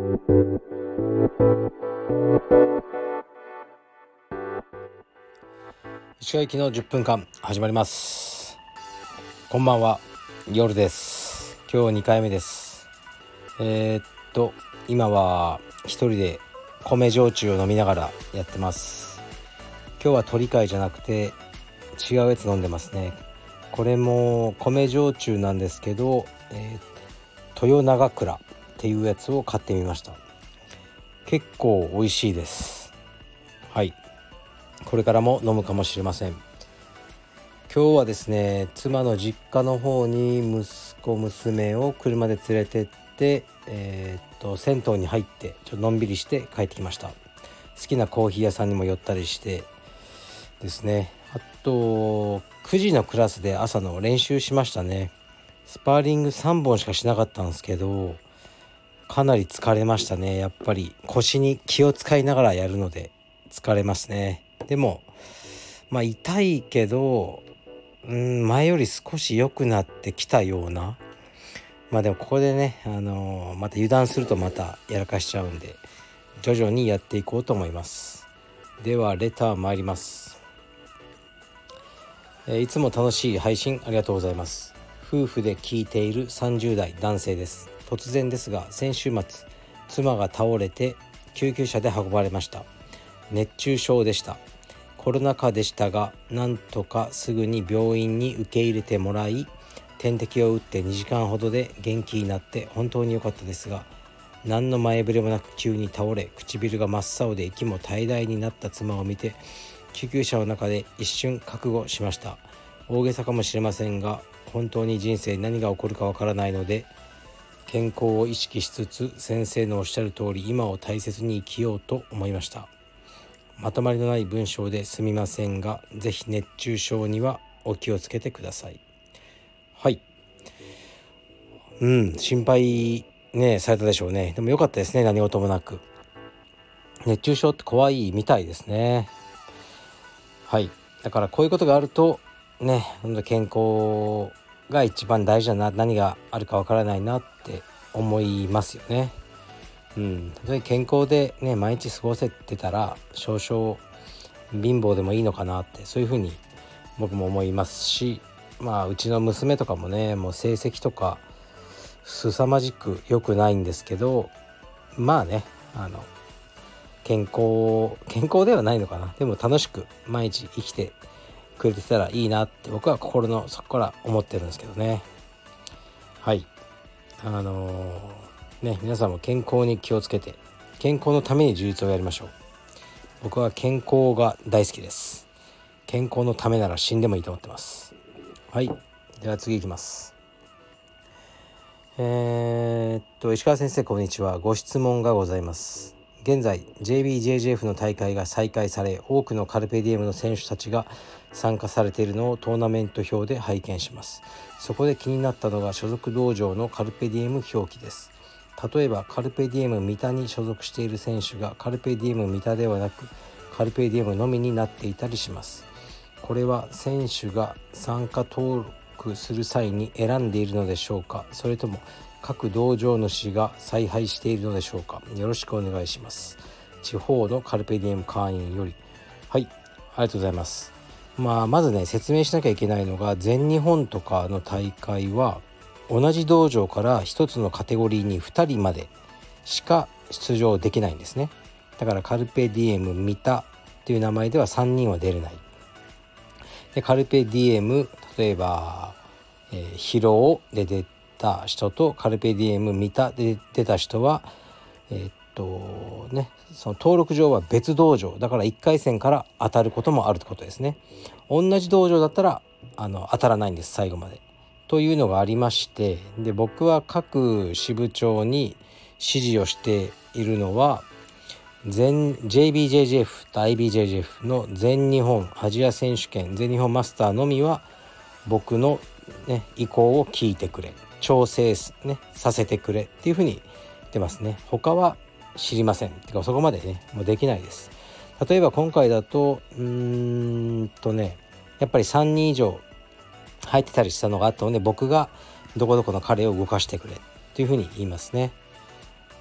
石川行きの10分間始まります。こんばんは、夜です。今日2回目です。今は一人で米焼酎を飲みながらやってます。今日は鳥飼じゃなくて違うやつ飲んでますね。これも米焼酎なんですけど、豊永倉っていうやつを買ってみました。結構美味しいです。はい、これからも飲むかもしれません。今日はですね、妻の実家の方に息子娘を車で連れてって、銭湯に入ってちょっとのんびりして帰ってきました。好きなコーヒー屋さんにも寄ったりしてですね。あと9時のクラスで朝の練習しましたね。スパーリング3本しかしなかったんですけど、かなり疲れましたね。やっぱり腰に気を使いながらやるので疲れますね。でも痛いけど前より少し良くなってきたような。でもここでね、また油断するとまたやらかしちゃうんで、徐々にやっていこうと思います。ではレター参ります。いつも楽しい配信ありがとうございます。夫婦で聞いている30代男性です。突然ですが、先週末妻が倒れて救急車で運ばれました。熱中症でした。コロナ禍でしたが、なんとかすぐに病院に受け入れてもらい、点滴を打って2時間ほどで元気になって本当に良かったですが、何の前触れもなく急に倒れ、唇が真っ青で息も怠々になった妻を見て、救急車の中で一瞬覚悟しました。大げさかもしれませんが、本当に人生何が起こるかわからないので、健康を意識しつつ先生のおっしゃる通り今を大切に生きようと思いました。まとまりのない文章ですみませんが、ぜひ熱中症にはお気をつけてください。はい、心配ねされたでしょうね。でも良かったですね、何事もなく。熱中症って怖いみたいですね。はい、だからこういうことがあるとね、健康が一番大事だな、何があるかわからないなって思いますよね。例えば健康でね毎日過ごせてたら少々貧乏でもいいのかなって、そういうふうに僕も思いますし、うちの娘とかもね、もう成績とか凄まじく良くないんですけど、健康ではないのかな。でも楽しく毎日生きてくれてたらいいなって僕は心の底から思ってるんですけどね。はい、皆さんも健康に気をつけて、健康のために充実をやりましょう。僕は健康が大好きです。健康のためなら死んでもいいと思ってます。はい、では次いきます。石川先生、こんにちは。ご質問がございます。現在 JBJJF の大会が再開され、多くのカルペディエムの選手たちが参加されているのをトーナメント表で拝見します。そこで気になったのが所属道場のカルペディエム表記です。例えばカルペディエム三田に所属している選手がカルペディエム三田ではなくカルペディエムのみになっていたりします。これは選手が参加登録する際に選んでいるのでしょうか、それとも各道場主が采配しているのでしょうか。よろしくお願いします。地方のカルペディエム会員より。はい、ありがとうございます。まずね、説明しなきゃいけないのが、全日本とかの大会は同じ道場から一つのカテゴリーに2人までしか出場できないんですね。だからカルペディエム三田っていう名前では3人は出れない。でカルペディエム、例えば、広尾で出た人とカルペディエム三田で出た人はその登録上は別道場だから1回戦から当たることもあるってことですね。同じ道場だったら当たらないんです、最後までというのがありまして、で僕は各支部長に指示をしているのは、JBJJF と IBJJF の全日本アジア選手権、全日本マスターのみは僕の、意向を聞いてくれ、調整、させてくれっていうふうに言ってますね。他は知りません。てかそこまでもうできないです。例えば今回だとやっぱり3人以上入ってたりしたのがあったので、僕がどこどこの彼を動かしてくれっていうふうに言いますね。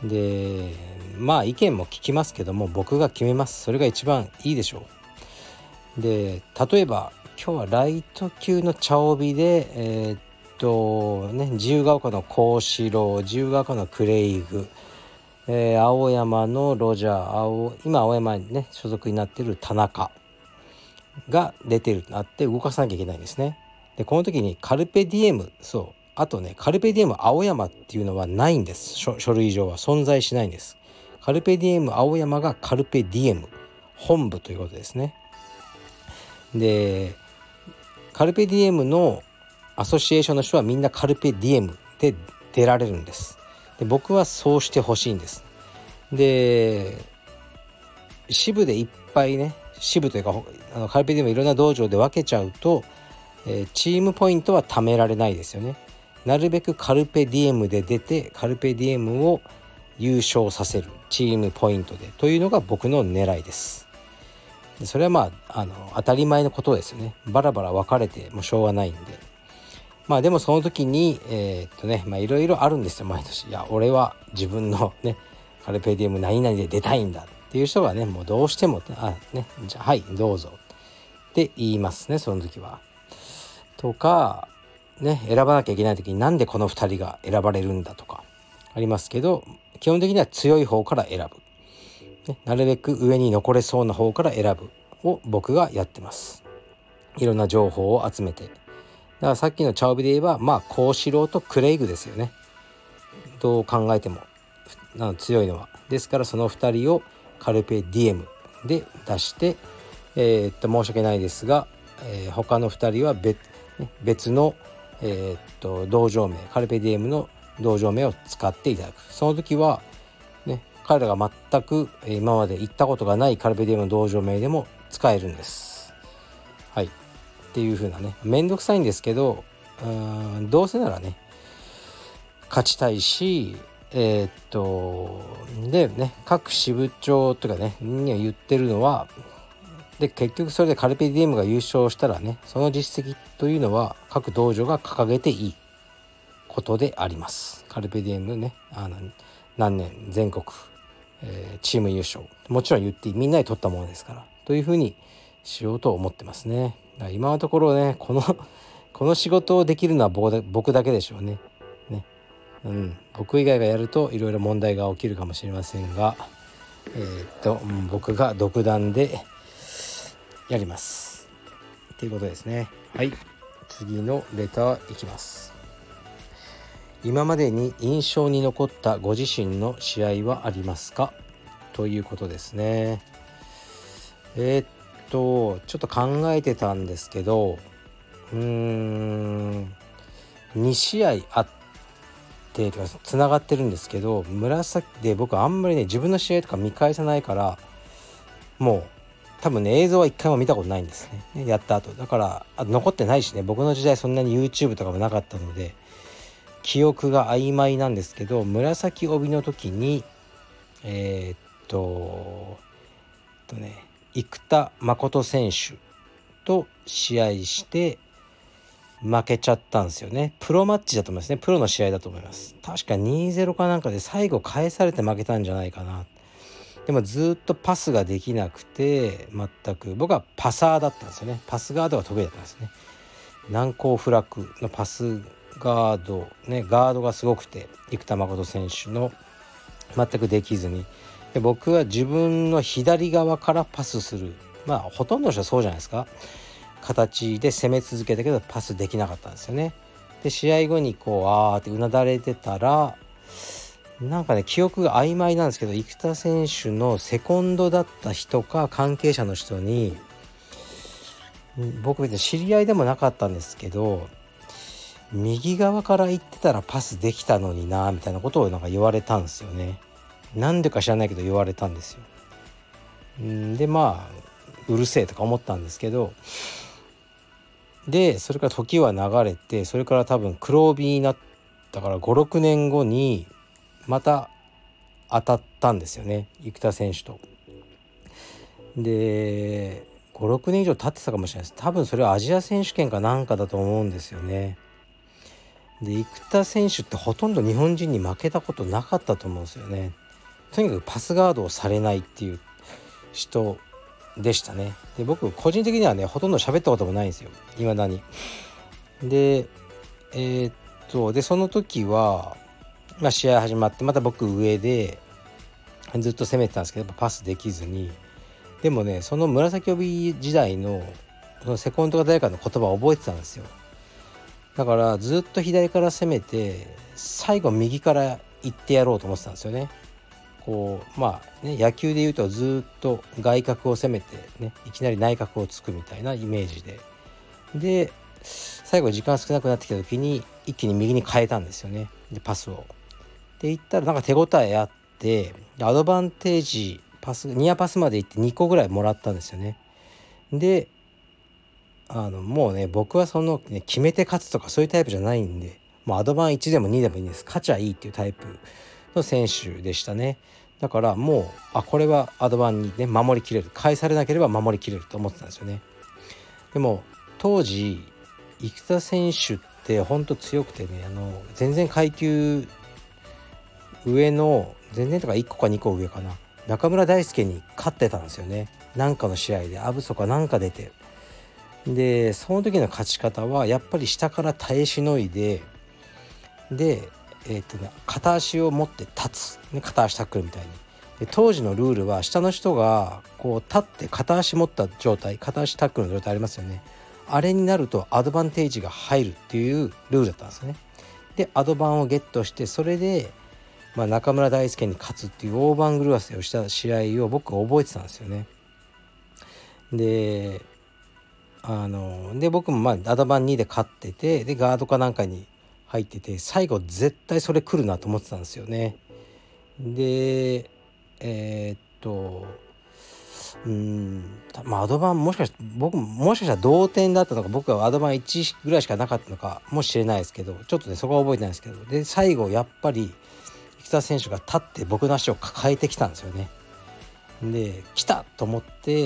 でまあ意見も聞きますけども、僕が決めます。それが一番いいでしょう。で例えば今日はライト級の茶帯で自由が丘の幸四郎、自由が丘のクレイグ、青山のロジャー、今青山にね所属になっている田中が出てるとなって動かさなきゃいけないんですね。でこの時にカルペディエム、あとねカルペディエム青山っていうのはないんです。書類上は存在しないんです。カルペディエム青山がカルペディエム本部ということですね。でカルペディエムのアソシエーションの人はみんなカルペディエムで出られるんです。で僕はそうしてほしいんです。で支部でいっぱいね、支部というかカルペディエムいろんな道場で分けちゃうと、チームポイントは貯められないですよね。なるべくカルペディエムで出てカルペディエムを優勝させる、チームポイントでというのが僕の狙いです。でそれはまあ、当たり前のことですよね。バラバラ分かれてもしょうがないんで、まあでもその時にいろいろあるんですよ毎年。いや俺は自分のねカルペディエム何々で出たいんだっていう人がねもうどうしてもじゃあはいどうぞって言いますね、その時は。とかね、選ばなきゃいけない時になんでこの2人が選ばれるんだとかありますけど、基本的には強い方から選ぶ、なるべく上に残れそうな方から選ぶを僕がやってます。いろんな情報を集めて。だからさっきの茶帯で言えば幸四郎とクレイグですよね。どう考えても強いのは。ですからその2人をカルペディエムで出して、申し訳ないですが、他の2人は別の、道場名、カルペディエムの道場名を使っていただく。その時は、彼らが全く今まで行ったことがないカルペディエムの道場名でも使えるんです。はい。っていう風なね、めんどくさいんですけど、どうせならね勝ちたいし、でね各支部長とかねには言ってるのは、で結局それでカルペディエムが優勝したらね、その実績というのは各道場が掲げていいことであります。カルペディエムね何年全国、チーム優勝もちろん言っていい、みんなで取ったものですからというふうにしようと思ってますね。だから今のところねこの仕事をできるのは僕だけでしょうね。僕以外がやるといろいろ問題が起きるかもしれませんが、僕が独断でやりますということですね。はい、次のレターいきます。今までに印象に残ったご自身の試合はありますかということですね。ちょっと考えてたんですけど、2試合あってとかつながってるんですけど、紫で僕あんまりね自分の試合とか見返さないから、もう多分ね映像は一回も見たことないんですね、やった後だから。残ってないしね、僕の時代そんなに YouTube とかもなかったので記憶が曖昧なんですけど、紫帯の時に生田誠選手と試合して負けちゃったんですよね。プロマッチだと思いますね。プロの試合だと思います。確か 2-0 かなんかで最後返されて負けたんじゃないかな。でもずっとパスができなくて、全く僕はパサーだったんですよね。パスガードが得意だったんですね。難攻不落のパスガードね、ガードがすごくて生田誠選手の全くできずに、で僕は自分の左側からパスする、ほとんどの人はそうじゃないですか、形で攻め続けたけどパスできなかったんですよね。で試合後にってうなだれてたら、なんかね記憶が曖昧なんですけど、生田選手のセコンドだった人か関係者の人に、僕別に知り合いでもなかったんですけど、右側から行ってたらパスできたのになみたいなことをなんか言われたんですよね。なんでか知らないけど言われたんですよ。でうるせえとか思ったんですけど、でそれから時は流れて、それから多分黒帯になったから 5,6 年後にまた当たったんですよね、生田選手と。で 5,6 年以上経ってたかもしれないです。多分それはアジア選手権かなんかだと思うんですよね。 で生田選手ってほとんど日本人に負けたことなかったと思うんですよね。とにかくパスガードをされないっていう人でしたね。で僕個人的にはねほとんど喋ったこともないんですよ、未だに。ででその時は、試合始まってまた僕上でずっと攻めてたんですけど、やっぱパスできずに。でもね、その紫帯時代のそのセコンドが誰かの言葉を覚えてたんですよ。だからずっと左から攻めて最後右から行ってやろうと思ってたんですよね。野球でいうとずっと外角を攻めてね、いきなり内角をつくみたいなイメージで最後時間少なくなってきた時に一気に右に変えたんですよね。でパスをでいったらなんか手応えあって、アドバンテージニアパスまで行って2個ぐらいもらったんですよね。でもうね僕はその、決めて勝つとかそういうタイプじゃないんで、もうアドバン1でも2でもいいんです。勝ちゃいいっていうタイプの選手でしたね。だからもうこれはアドバンにね守りきれる、返されなければ守りきれると思ってたんですよね。でも当時生田選手ってほんと強くてね、全然階級上の全然とか1個か2個上かな、中村大輔に勝ってたんですよね。なんかの試合でアブソかなんか出て、でその時の勝ち方はやっぱり下から耐え忍いで片足を持って立つ、片足タックルみたいに。で当時のルールは下の人がこう立って片足持った状態、片足タックルの状態ありますよね。あれになるとアドバンテージが入るっていうルールだったんですよね。でアドバンをゲットして、それで、中村大輔に勝つっていう大番狂わせをした試合を僕は覚えてたんですよね。で僕もアドバン2で勝ってて、でガードかなんかに入ってて、最後絶対それ来るなと思ってたんですよね。でアドバンもしかしたら同点だったのか、僕はアドバン1ぐらいしかなかったのかもしれないですけど、ちょっとねそこは覚えてないですけど、で最後やっぱり生田選手が立って僕の足を抱えてきたんですよね。で来たと思って、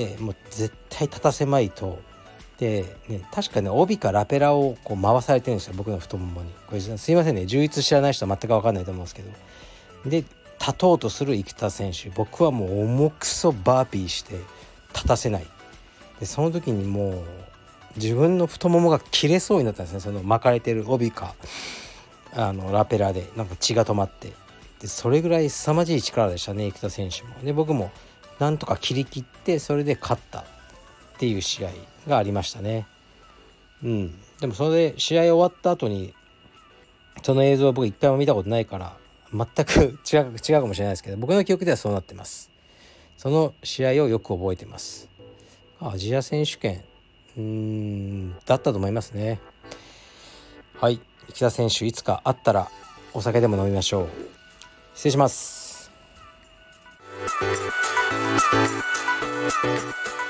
もう絶対立たせまいと。でね、確かね帯かラペラをこう回されてるんですよ、僕の太ももに。これすいませんね、充実知らない人は全く分かんないと思うんですけど。で立とうとする生田選手、僕はもう重くそバーピーして立たせない。でその時にもう自分の太ももが切れそうになったんですね。その巻かれてる帯かラペラでなんか血が止まって、でそれぐらい凄まじい力でしたね、生田選手も。で僕もなんとか切り切って、それで勝ったっていう試合がありましたね。でもそれで試合終わった後にその映像は僕一回も見たことないから全く違うかもしれないですけど、僕の記憶ではそうなってます。その試合をよく覚えてます。アジア選手権だったと思いますね。はい、生田選手いつか会ったらお酒でも飲みましょう。失礼します。